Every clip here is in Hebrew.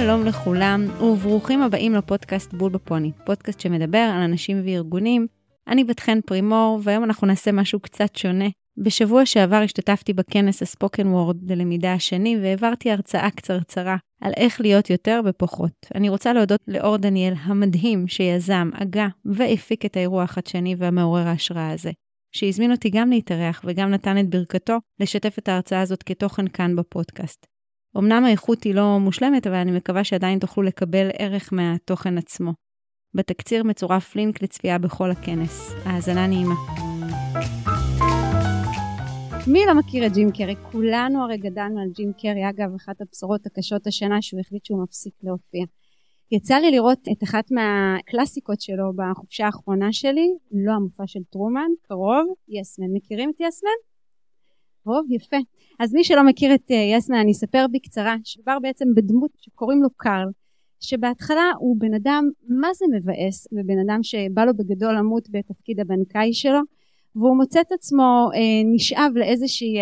שלום לכולם וברוכים הבאים לפודקאסט בול בפוני, פודקאסט שמדבר על אנשים וארגונים. אני בת חן פרימור והיום אנחנו נעשה משהו קצת שונה. בשבוע שעבר השתתפתי בכנס הספוקן וורד ללמידה השני והעברתי הרצאה קצרצרה על איך להיות יותר בפחות. אני רוצה להודות לאור דניאל המדהים שיזם, הגה והפיק את האירוע החדשני והמעורר ההשראה הזה, שהזמין אותי גם להתארח וגם נתן את ברכתו לשתף את ההרצאה הזאת כתוכן כאן בפודקאסט. אמנם האיכות היא לא מושלמת, אבל אני מקווה שעדיין תוכלו לקבל ערך מהתוכן עצמו. בתקציר מצורף לינק לצפייה בכל הכנס. האזנה נעימה. מי לא מכיר את ג'ים קרי? כולנו הרי גדלנו על ג'ים קרי. אגב, אחת הבשורות הקשות השנה שהוא החליט שהוא מפסיק להופיע. יצא לי לראות את אחת מהקלאסיקות שלו בחופשה האחרונה שלי, לא המופע של טרומן, קרוב, יסמן. מכירים את יסמן? טוב, יפה. אז מי שלא מכיר את יסמן, אני אספר בקצרה, שדבר בעצם בדמות שקוראים לו קרל, שבהתחלה הוא בן אדם, מה זה מבאס, ובן אדם שבא לו בגדול למות בתפקיד הבנקאי שלו, והוא מוצא את עצמו נשאב לאיזושהי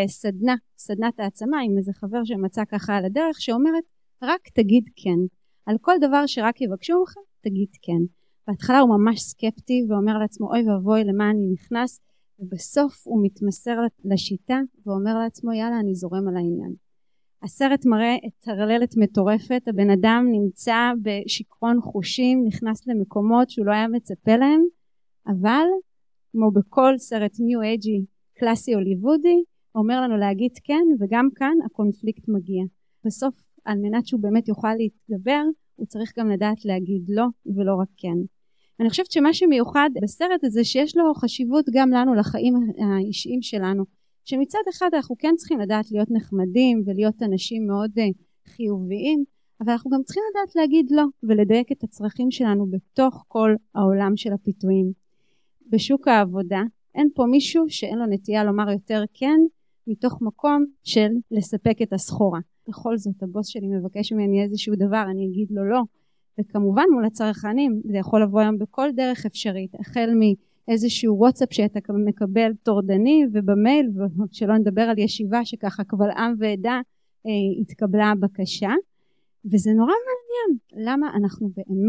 סדנת העצמה, עם איזה חבר שמצא ככה על הדרך, שאומרת, רק תגיד כן. על כל דבר שרק יבקשו לך, תגיד כן. בהתחלה הוא ממש סקפטי, ואומר לעצמו, אוי ואבוי, למה אני נכנס? ובסוף הוא מתמסר לשיטה ואומר לעצמו יאללה אני זורם על העניין. הסרט מראה את טרללת מטורפת, הבן אדם נמצא בשקרון חושים, נכנס למקומות שהוא לא היה מצפה להם, אבל כמו בכל סרט ניו אייג'י קלאסי הוליוודי, אומר לנו להגיד כן, וגם כאן הקונפליקט מגיע. בסוף על מנת שהוא באמת יוכל להתגבר, הוא צריך גם לדעת להגיד לא ולא רק כן. אני חושבת שמה שמיוחד בסרט הזה שיש לו חשיבות גם לנו לחיים האישיים שלנו, שמצד אחד אנחנו כן צריכים לדעת להיות נחמדים ולהיות אנשים מאוד חיוביים, אבל אנחנו גם צריכים לדעת להגיד לא ולדייק את הצרכים שלנו בתוך כל העולם של הפיתויים. בשוק העבודה אין פה מישהו שאין לו נטייה לומר יותר כן מתוך מקום של לספק את הסחורה. בכל זאת הבוס שלי מבקש ממני איזשהו דבר, אני אגיד לו לא. וכמובן מול הצרכנים, זה יכול לבוא היום בכל דרך אפשרית, החל מאיזשהו וואטסאפ שאתה מקבל טורדני ובמייל, ושלא נדבר על ישיבה שככה קבל עם ועדה התקבלה הבקשה, וזה נורא מעניין. למה אנחנו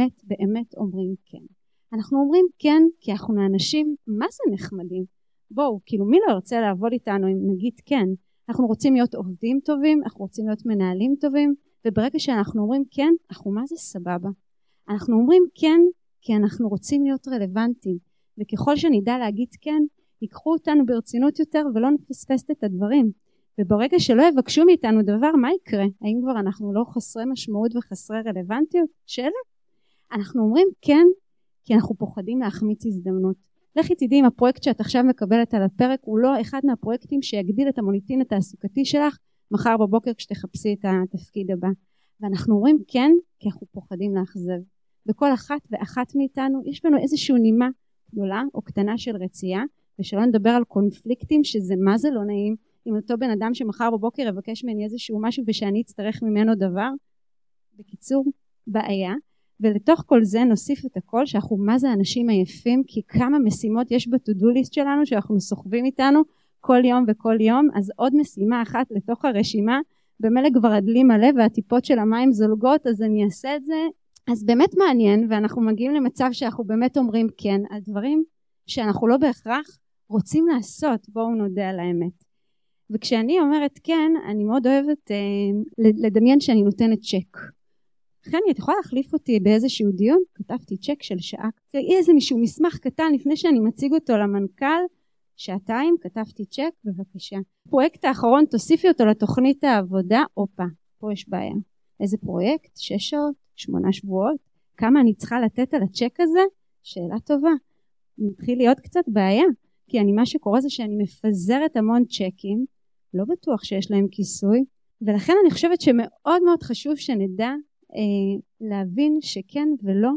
באמת אומרים כן? אנחנו אומרים כן כי אנחנו אנשים, מה זה נחמדים? בואו, כאילו מי לא ירצה לעבוד איתנו אם נגיד כן? אנחנו רוצים להיות עובדים טובים, אנחנו רוצים להיות מנהלים טובים, וברגע שאנחנו אומרים כן, אנחנו מה זה סבבה. אנחנו אומרים כן כי אנחנו רוצים להיות רלוונטיים, וככל שנדע להגיד כן, ייקחו אותנו ברצינות יותר ולא נפספס את הדברים. וברגע שלא יבקשו מאיתנו דבר, מה יקרה? האם כבר אנחנו לא חסרי משמעות וחסרי רלוונטיות? שאלה. אנחנו אומרים כן כי אנחנו פוחדים להחמיץ הזדמנות. לכי תדעי אם הפרויקט שאת עכשיו מקבלת על הפרק הוא לא אחד מהפרויקטים שיגדיל את המוניטין התעסוקתי שלך, מחר בבוקר כשתחפשי את התפקיד הבא. ואנחנו אומרים כן כי אנחנו פוחדים לאכזב. בכל אחת ואחת מאיתנו יש לנו איזושהי נימה גדולה או קטנה של רצייה, ושלא נדבר על קונפליקטים שזה מה זה לא נעים, עם אותו בן אדם שמחר בבוקר יבקש ממני איזשהו משהו ושאני אצטרך ממנו דבר. בקיצור, בעיה. ולתוך כל זה נוסיף את הכל שאנחנו מה זה אנשים עייפים, כי כמה משימות יש בטודו ליסט שלנו שאנחנו סוחבים איתנו כל יום וכל יום, אז עוד משימה אחת לתוך הרשימה, במילא כבר הדלי מלא והטיפות של המים זולגות, אז אני אעשה את זה. אז באמת מעניין, ואנחנו מגיעים למצב שאנחנו באמת אומרים כן, על דברים שאנחנו לא בהכרח רוצים לעשות, בואו נודה על האמת. וכשאני אומרת כן, אני מאוד אוהבת לדמיין שאני נותנת צ'ק. לכן את יכולה להחליף אותי באיזשהו דיון, כתבתי צ'ק של שעה, איזשהו מסמך קטן לפני שאני מציג אותו למנכ"ל, שעתיים, כתבתי צ'ק, בבקשה. פרויקט האחרון, תוסיפי אותו לתוכנית העבודה, אופה, פה יש בעיה. איזה פרויקט? 6 שעות, 8 שבועות? כמה אני צריכה לתת על הצ'ק הזה? שאלה טובה. מתחיל להיות קצת בעיה, כי מה שקורה זה שאני מפזרת המון צ'קים, לא בטוח שיש להם כיסוי, ולכן אני חושבת שמאוד מאוד חשוב שנדע להבין שכן ולא,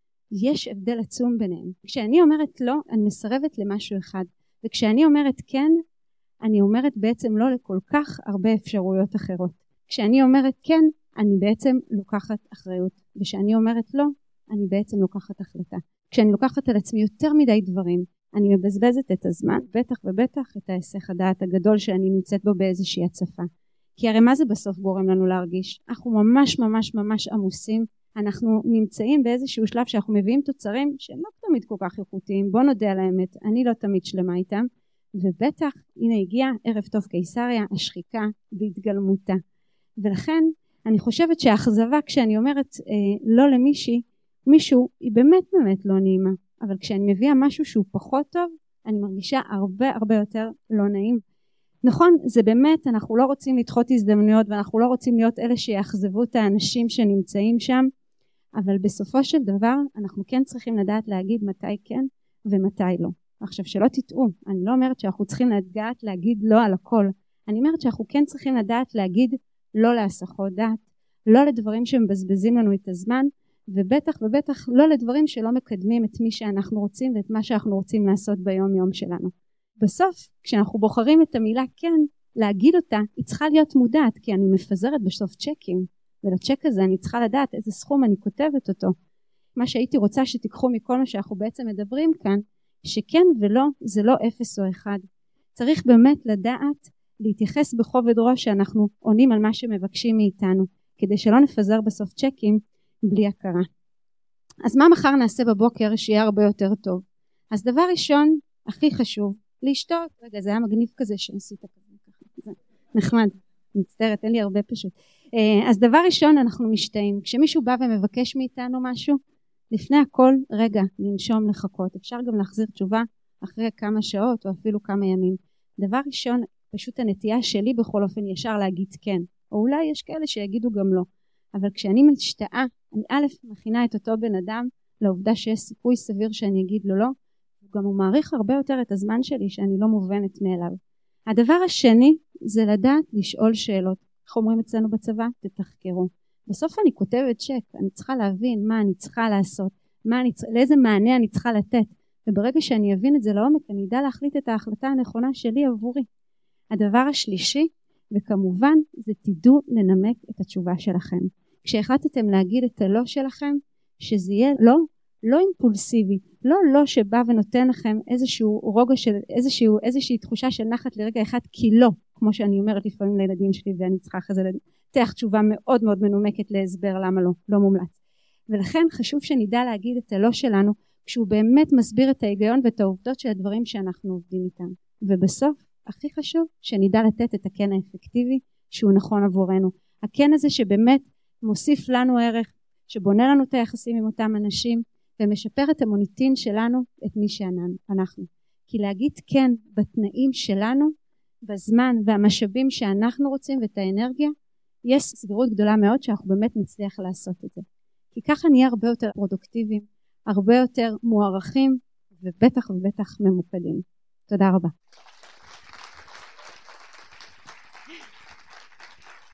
יש הבדל עצום ביניהם. כשאני אומרת לא, אני מסרבת למשהו אחד. וכשאני אומרת כן, אני אומרת בעצם לא לכל כך הרבה אפשרויות אחרות. כשאני אומרת כן, אני בעצם לוקחת אחריות. וכשאני אומרת לא, אני בעצם לוקחת החלטה. כשאני לוקחת על עצמי יותר מדי דברים, אני מבזבזת את הזמן, בטח ובטח את ההיסח הדעת הגדול שאני נמצאת בו באיזושהי הצפה. כי הרי מה זה בסוף גורם לנו להרגיש? אנחנו ממש ממש ממש עמוסים, אנחנו נמצאים באיזשהו שלב שאנחנו מביאים תוצרים שהם לא תמיד כל כך איכותיים, בוא נודה על האמת, אני לא תמיד שלמה איתם, ובטח הנה הגיע ערב טוב קיסריה, השחיקה בהתגלמותה. ולכן אני חושבת שהאכזבה כשאני אומרת לא מישהו היא באמת באמת לא נעימה, אבל כשאני מביאה משהו שהוא פחות טוב, אני מרגישה הרבה יותר לא נעים. נכון, זה באמת, אנחנו לא רוצים לדחות הזדמנויות, ואנחנו לא רוצים להיות אלה שיאכזבו את האנשים שנמצאים שם, אבל בסופו של דבר אנחנו כן צריכים לדעת להגיד מתי כן ומתי לא. עכשיו שלא תטעו, אני לא אומרת שאנחנו צריכים לדעת להגיד לא על הכל, אני אומרת שאנחנו כן צריכים לדעת להגיד לא להסחות דעת, לא לדברים שמבזבזים לנו את הזמן, ובטח לא לדברים שלא מקדמים את מי שאנחנו רוצים ואת מה שאנחנו רוצים לעשות ביום יום שלנו. בסוף כשאנחנו בוחרים את המילה כן, להגיד אותה, היא צריכה להיות מודעת, כי אני מפזרת בסוף צ'קים, ולצ'ק הזה אני צריכה לדעת איזה סכום אני כותבת אותו. מה שהייתי רוצה שתיקחו מכל מה שאנחנו בעצם מדברים כאן, שכן ולא זה לא 0 או 1. צריך באמת לדעת להתייחס בכובד ראש שאנחנו עונים על מה שמבקשים מאיתנו, כדי שלא נפזר בסוף צ'קים בלי הכרה. אז מה מחר נעשה בבוקר שיהיה הרבה יותר טוב? אז דבר ראשון, הכי חשוב, לשתות. רגע, זה היה מגניב כזה שעשית כזה ככה, זה נחמד, מצטערת, אין לי הרבה פשוט. אז דבר ראשון אנחנו משתאים, כשמישהו בא ומבקש מאיתנו משהו, לפני הכל רגע לנשום לחכות, אפשר גם להחזיר תשובה אחרי כמה שעות או אפילו כמה ימים. דבר ראשון, פשוט הנטייה שלי בכל אופן ישר להגיד כן, או אולי יש כאלה שיגידו גם לא, אבל כשאני משתאה, אני א' מכינה את אותו בן אדם לעובדה שיש סיכוי סביר שאני אגיד לו לא, גם הוא מעריך הרבה יותר את הזמן שלי שאני לא מובנת מאליו. הדבר השני זה לדעת לשאול שאלות. איך אומרים אצלנו בצבא? תתחקרו. בסוף אני כותבת צ'ק, אני צריכה להבין מה אני צריכה לעשות, לאיזה מענה אני צריכה לתת, וברגע שאני אבין את זה לעומק, אני אדע להחליט את ההחלטה הנכונה שלי עבורי. הדבר השלישי, וכמובן, זה תדעו לנמק את התשובה שלכם. כשהחלטתם להגיד את הלא שלכם, שזה יהיה לא אימפולסיבי, לא שבא ונותן לכם איזשהו רוגע של איזושהי תחושה של נחת לרגע אחד, כי לא, כמו שאני אומרת לפעמים לילדים שלי, ואני צריכה אחרי זה לתת תשובה מאוד מאוד מנומקת להסבר למה לא מומלץ. ולכן חשוב שנדע להגיד את הלא שלנו, כשהוא באמת מסביר את ההיגיון ואת העובדות של הדברים שאנחנו עובדים איתם. ובסוף, הכי חשוב שנדע לתת את הכן האפקטיבי שהוא נכון עבורנו. הכן הזה שבאמת מוסיף לנו ערך, שבונה לנו את היחסים עם אותם אנשים, ומשפר את המוניטין שלנו, את מי שאנחנו. כי להגיד כן בתנאים שלנו, בזמן והמשאבים שאנחנו רוצים ואת האנרגיה, יש סבירות גדולה מאוד שאנחנו באמת נצליח לעשות את זה. כי ככה נהיה הרבה יותר פרודוקטיביים, הרבה יותר מוערכים, ובטח ממוקדים. תודה רבה.